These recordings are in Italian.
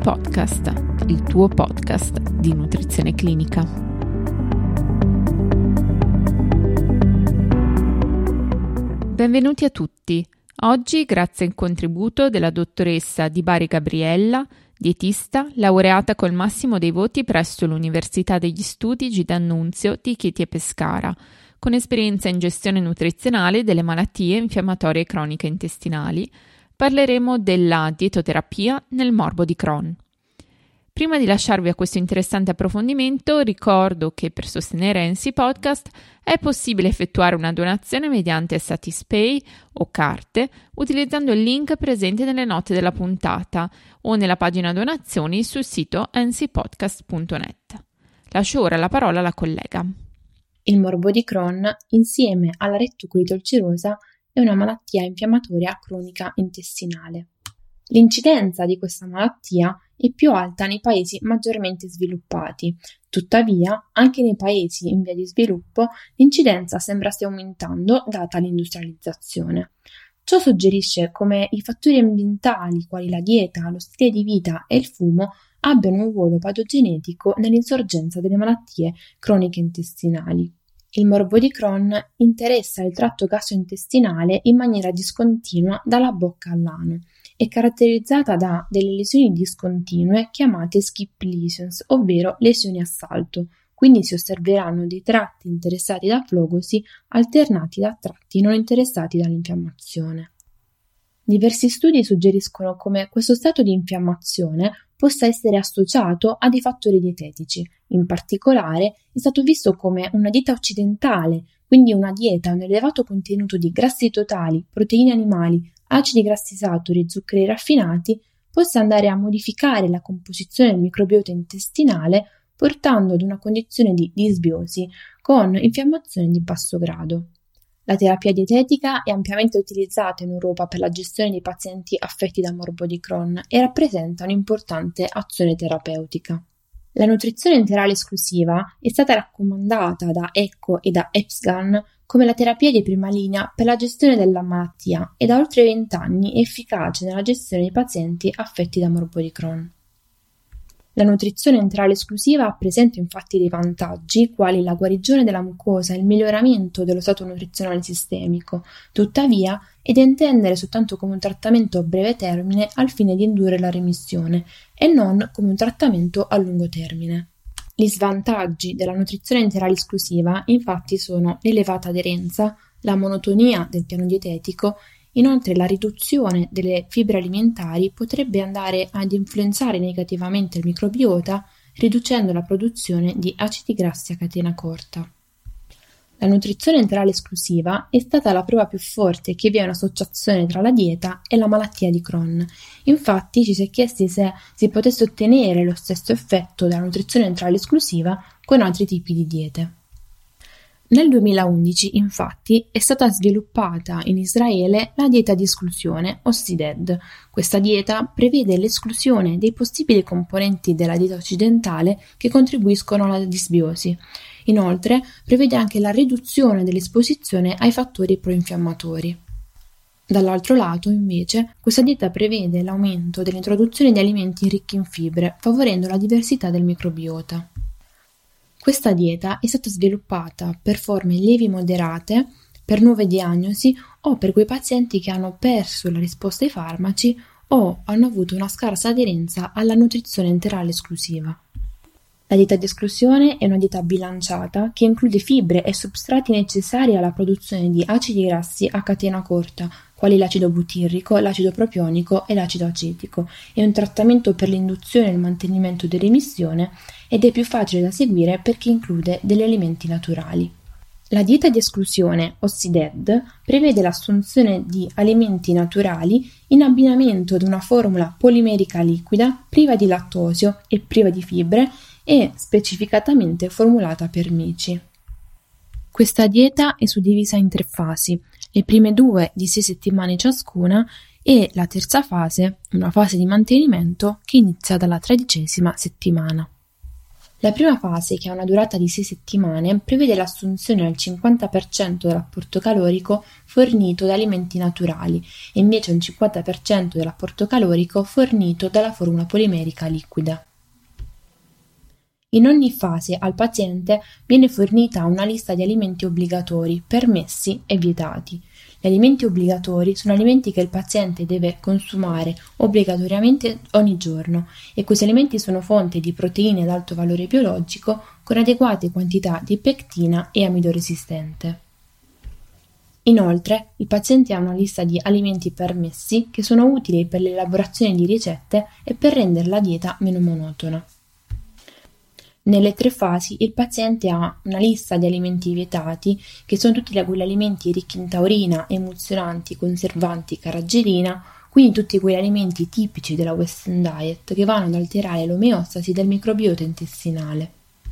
Podcast, il tuo podcast di nutrizione clinica. Benvenuti a tutti. Oggi, grazie al contributo della dottoressa Di Bari Gabriella, dietista, laureata col massimo dei voti presso l'Università degli Studi G. D'Annunzio di Chieti e Pescara, con esperienza in gestione nutrizionale delle malattie infiammatorie croniche intestinali, parleremo della dietoterapia nel morbo di Crohn. Prima di lasciarvi a questo interessante approfondimento, ricordo che per sostenere NC Podcast è possibile effettuare una donazione mediante Satispay o carte utilizzando il link presente nelle note della puntata o nella pagina donazioni sul sito ncpodcast.net. Lascio ora la parola alla collega. Il morbo di Crohn, insieme alla retticolite ulcerosa, è una malattia infiammatoria cronica intestinale. L'incidenza di questa malattia è più alta nei paesi maggiormente sviluppati. Tuttavia, anche nei paesi in via di sviluppo, l'incidenza sembra stia aumentando data l'industrializzazione. Ciò suggerisce come i fattori ambientali, quali la dieta, lo stile di vita e il fumo, abbiano un ruolo patogenetico nell'insorgenza delle malattie croniche intestinali. Il morbo di Crohn interessa il tratto gastrointestinale in maniera discontinua dalla bocca all'ano. È caratterizzata da delle lesioni discontinue chiamate skip lesions, ovvero lesioni a salto, quindi si osserveranno dei tratti interessati da flogosi alternati da tratti non interessati dall'infiammazione. Diversi studi suggeriscono come questo stato di infiammazione possa essere associato a dei fattori dietetici. In particolare è stato visto come una dieta occidentale, quindi una dieta a un elevato contenuto di grassi totali, proteine animali, acidi grassi saturi e zuccheri raffinati, possa andare a modificare la composizione del microbiota intestinale, portando ad una condizione di disbiosi con infiammazione di basso grado. La terapia dietetica è ampiamente utilizzata in Europa per la gestione dei pazienti affetti da morbo di Crohn e rappresenta un'importante azione terapeutica. La nutrizione enterale esclusiva è stata raccomandata da ECCO e da EPSGAN come la terapia di prima linea per la gestione della malattia e da oltre 20 anni è efficace nella gestione dei pazienti affetti da morbo di Crohn. La nutrizione enterale esclusiva presenta infatti dei vantaggi, quali la guarigione della mucosa e il miglioramento dello stato nutrizionale sistemico, tuttavia è da intendere soltanto come un trattamento a breve termine al fine di indurre la remissione e non come un trattamento a lungo termine. Gli svantaggi della nutrizione enterale esclusiva infatti sono l'elevata aderenza, la monotonia del piano dietetico. Inoltre la riduzione delle fibre alimentari potrebbe andare ad influenzare negativamente il microbiota, riducendo la produzione di acidi grassi a catena corta. La nutrizione enterale esclusiva è stata la prova più forte che vi è un'associazione tra la dieta e la malattia di Crohn. Infatti ci si è chiesti se si potesse ottenere lo stesso effetto della nutrizione enterale esclusiva con altri tipi di diete. Nel 2011, infatti, è stata sviluppata in Israele la dieta di esclusione OSIDED. Questa dieta prevede l'esclusione dei possibili componenti della dieta occidentale che contribuiscono alla disbiosi. Inoltre, prevede anche la riduzione dell'esposizione ai fattori proinfiammatori. Dall'altro lato, invece, questa dieta prevede l'aumento dell'introduzione di alimenti ricchi in fibre, favorendo la diversità del microbiota. Questa dieta è stata sviluppata per forme lievi moderate, per nuove diagnosi o per quei pazienti che hanno perso la risposta ai farmaci o hanno avuto una scarsa aderenza alla nutrizione enterale esclusiva. La dieta di esclusione è una dieta bilanciata che include fibre e substrati necessari alla produzione di acidi grassi a catena corta, quali l'acido butirrico, l'acido propionico e l'acido acetico. È un trattamento per l'induzione e il mantenimento di remissione ed è più facile da seguire perché include degli alimenti naturali. La dieta di esclusione OSIDED prevede l'assunzione di alimenti naturali in abbinamento ad una formula polimerica liquida priva di lattosio e priva di fibre e specificatamente formulata per mici. Questa dieta è suddivisa in 3 fasi, le prime 2 di 6 settimane ciascuna e la terza fase, una fase di mantenimento che inizia dalla 13ª settimana. La prima fase, che ha una durata di 6 settimane, prevede l'assunzione al 50% dell'apporto calorico fornito da alimenti naturali e invece un 50% dell'apporto calorico fornito dalla formula polimerica liquida. In ogni fase al paziente viene fornita una lista di alimenti obbligatori, permessi e vietati. Gli alimenti obbligatori sono alimenti che il paziente deve consumare obbligatoriamente ogni giorno e questi alimenti sono fonte di proteine ad alto valore biologico con adeguate quantità di pectina e amido resistente. Inoltre, il paziente ha una lista di alimenti permessi che sono utili per l'elaborazione di ricette e per rendere la dieta meno monotona. Nelle 3 fasi il paziente ha una lista di alimenti vietati, che sono tutti quegli alimenti ricchi in taurina, emulsionanti, conservanti, carrageenina, quindi tutti quegli alimenti tipici della Western Diet che vanno ad alterare l'omeostasi del microbiota intestinale.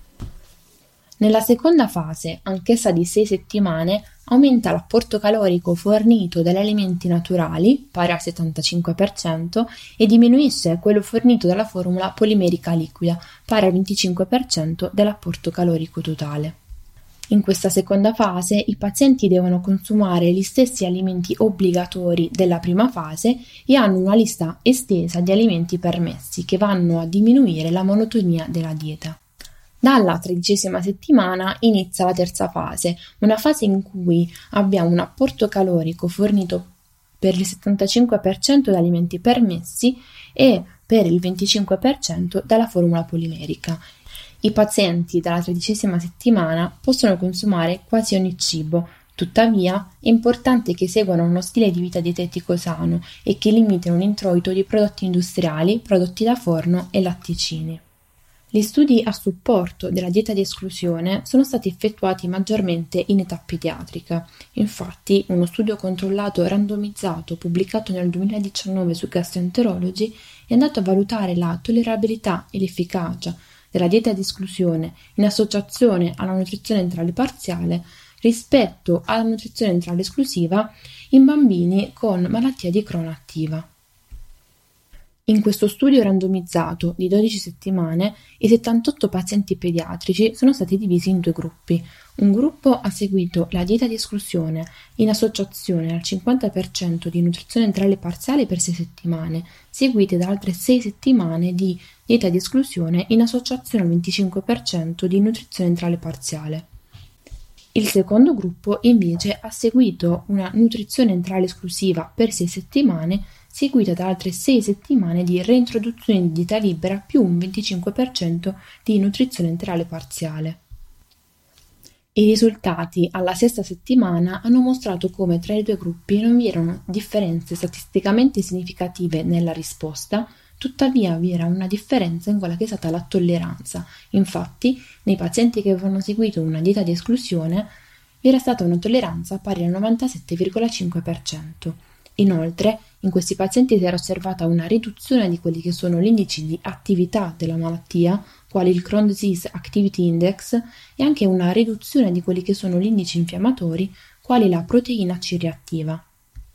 Nella seconda fase, anch'essa di 6 settimane, aumenta l'apporto calorico fornito dagli alimenti naturali, pari al 75%, e diminuisce quello fornito dalla formula polimerica liquida, pari al 25% dell'apporto calorico totale. In questa seconda fase i pazienti devono consumare gli stessi alimenti obbligatori della prima fase e hanno una lista estesa di alimenti permessi che vanno a diminuire la monotonia della dieta. Dalla 13ª settimana inizia la terza fase, una fase in cui abbiamo un apporto calorico fornito per il 75% da alimenti permessi e per il 25% dalla formula polimerica. I pazienti dalla 13ª settimana possono consumare quasi ogni cibo, tuttavia è importante che seguano uno stile di vita dietetico sano e che limitino l'introito di prodotti industriali, prodotti da forno e latticini. Gli studi a supporto della dieta di esclusione sono stati effettuati maggiormente in età pediatrica. Infatti, uno studio controllato randomizzato pubblicato nel 2019 su Gastroenterology è andato a valutare la tollerabilità e l'efficacia della dieta di esclusione in associazione alla nutrizione enterale parziale rispetto alla nutrizione enterale esclusiva in bambini con malattia di Crohn attiva. In questo studio randomizzato di 12 settimane, i 78 pazienti pediatrici sono stati divisi in 2 gruppi. Un gruppo ha seguito la dieta di esclusione in associazione al 50% di nutrizione enterale parziale per 6 settimane, seguite da altre 6 settimane di dieta di esclusione in associazione al 25% di nutrizione enterale parziale. Il secondo gruppo invece ha seguito una nutrizione enterale esclusiva per 6 settimane seguita da altre 6 settimane di reintroduzione di dieta libera più un 25% di nutrizione enterale parziale. I risultati alla 6ª settimana hanno mostrato come tra i 2 gruppi non vi erano differenze statisticamente significative nella risposta, tuttavia vi era una differenza in quella che è stata la tolleranza. Infatti, nei pazienti che avevano seguito una dieta di esclusione vi era stata una tolleranza pari al 97,5%. Inoltre, in questi pazienti si era osservata una riduzione di quelli che sono gli indici di attività della malattia, quali il Crohn Disease Activity Index, e anche una riduzione di quelli che sono gli indici infiammatori, quali la proteina C reattiva.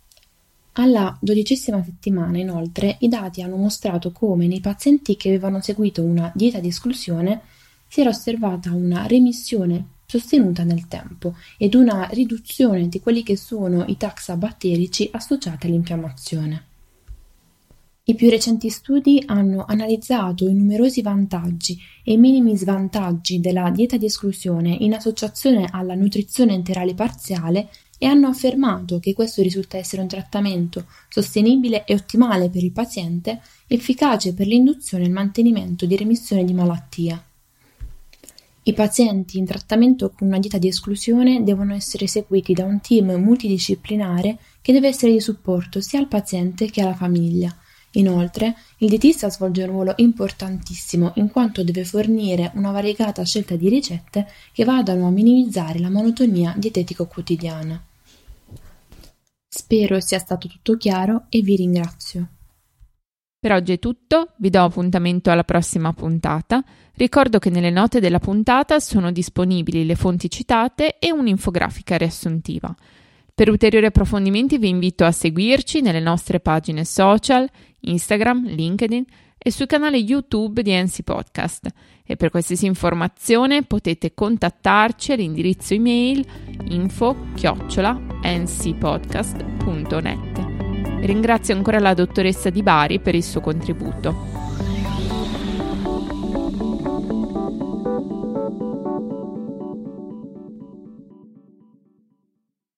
Alla 12ª settimana, inoltre, i dati hanno mostrato come nei pazienti che avevano seguito una dieta di esclusione si era osservata una remissione sostenuta nel tempo ed una riduzione di quelli che sono i taxa batterici associati all'infiammazione. I più recenti studi hanno analizzato i numerosi vantaggi e i minimi svantaggi della dieta di esclusione in associazione alla nutrizione enterale parziale e hanno affermato che questo risulta essere un trattamento sostenibile e ottimale per il paziente, efficace per l'induzione e il mantenimento di remissione di malattia. I pazienti in trattamento con una dieta di esclusione devono essere seguiti da un team multidisciplinare che deve essere di supporto sia al paziente che alla famiglia. Inoltre, il dietista svolge un ruolo importantissimo in quanto deve fornire una variegata scelta di ricette che vadano a minimizzare la monotonia dietetico quotidiana. Spero sia stato tutto chiaro e vi ringrazio. Per oggi è tutto, vi do appuntamento alla prossima puntata. Ricordo che nelle note della puntata sono disponibili le fonti citate e un'infografica riassuntiva. Per ulteriori approfondimenti vi invito a seguirci nelle nostre pagine social, Instagram, LinkedIn, e sul canale YouTube di NC Podcast. E per qualsiasi informazione potete contattarci all'indirizzo email info@ncpodcast.net. Ringrazio ancora la dottoressa Di Bari per il suo contributo.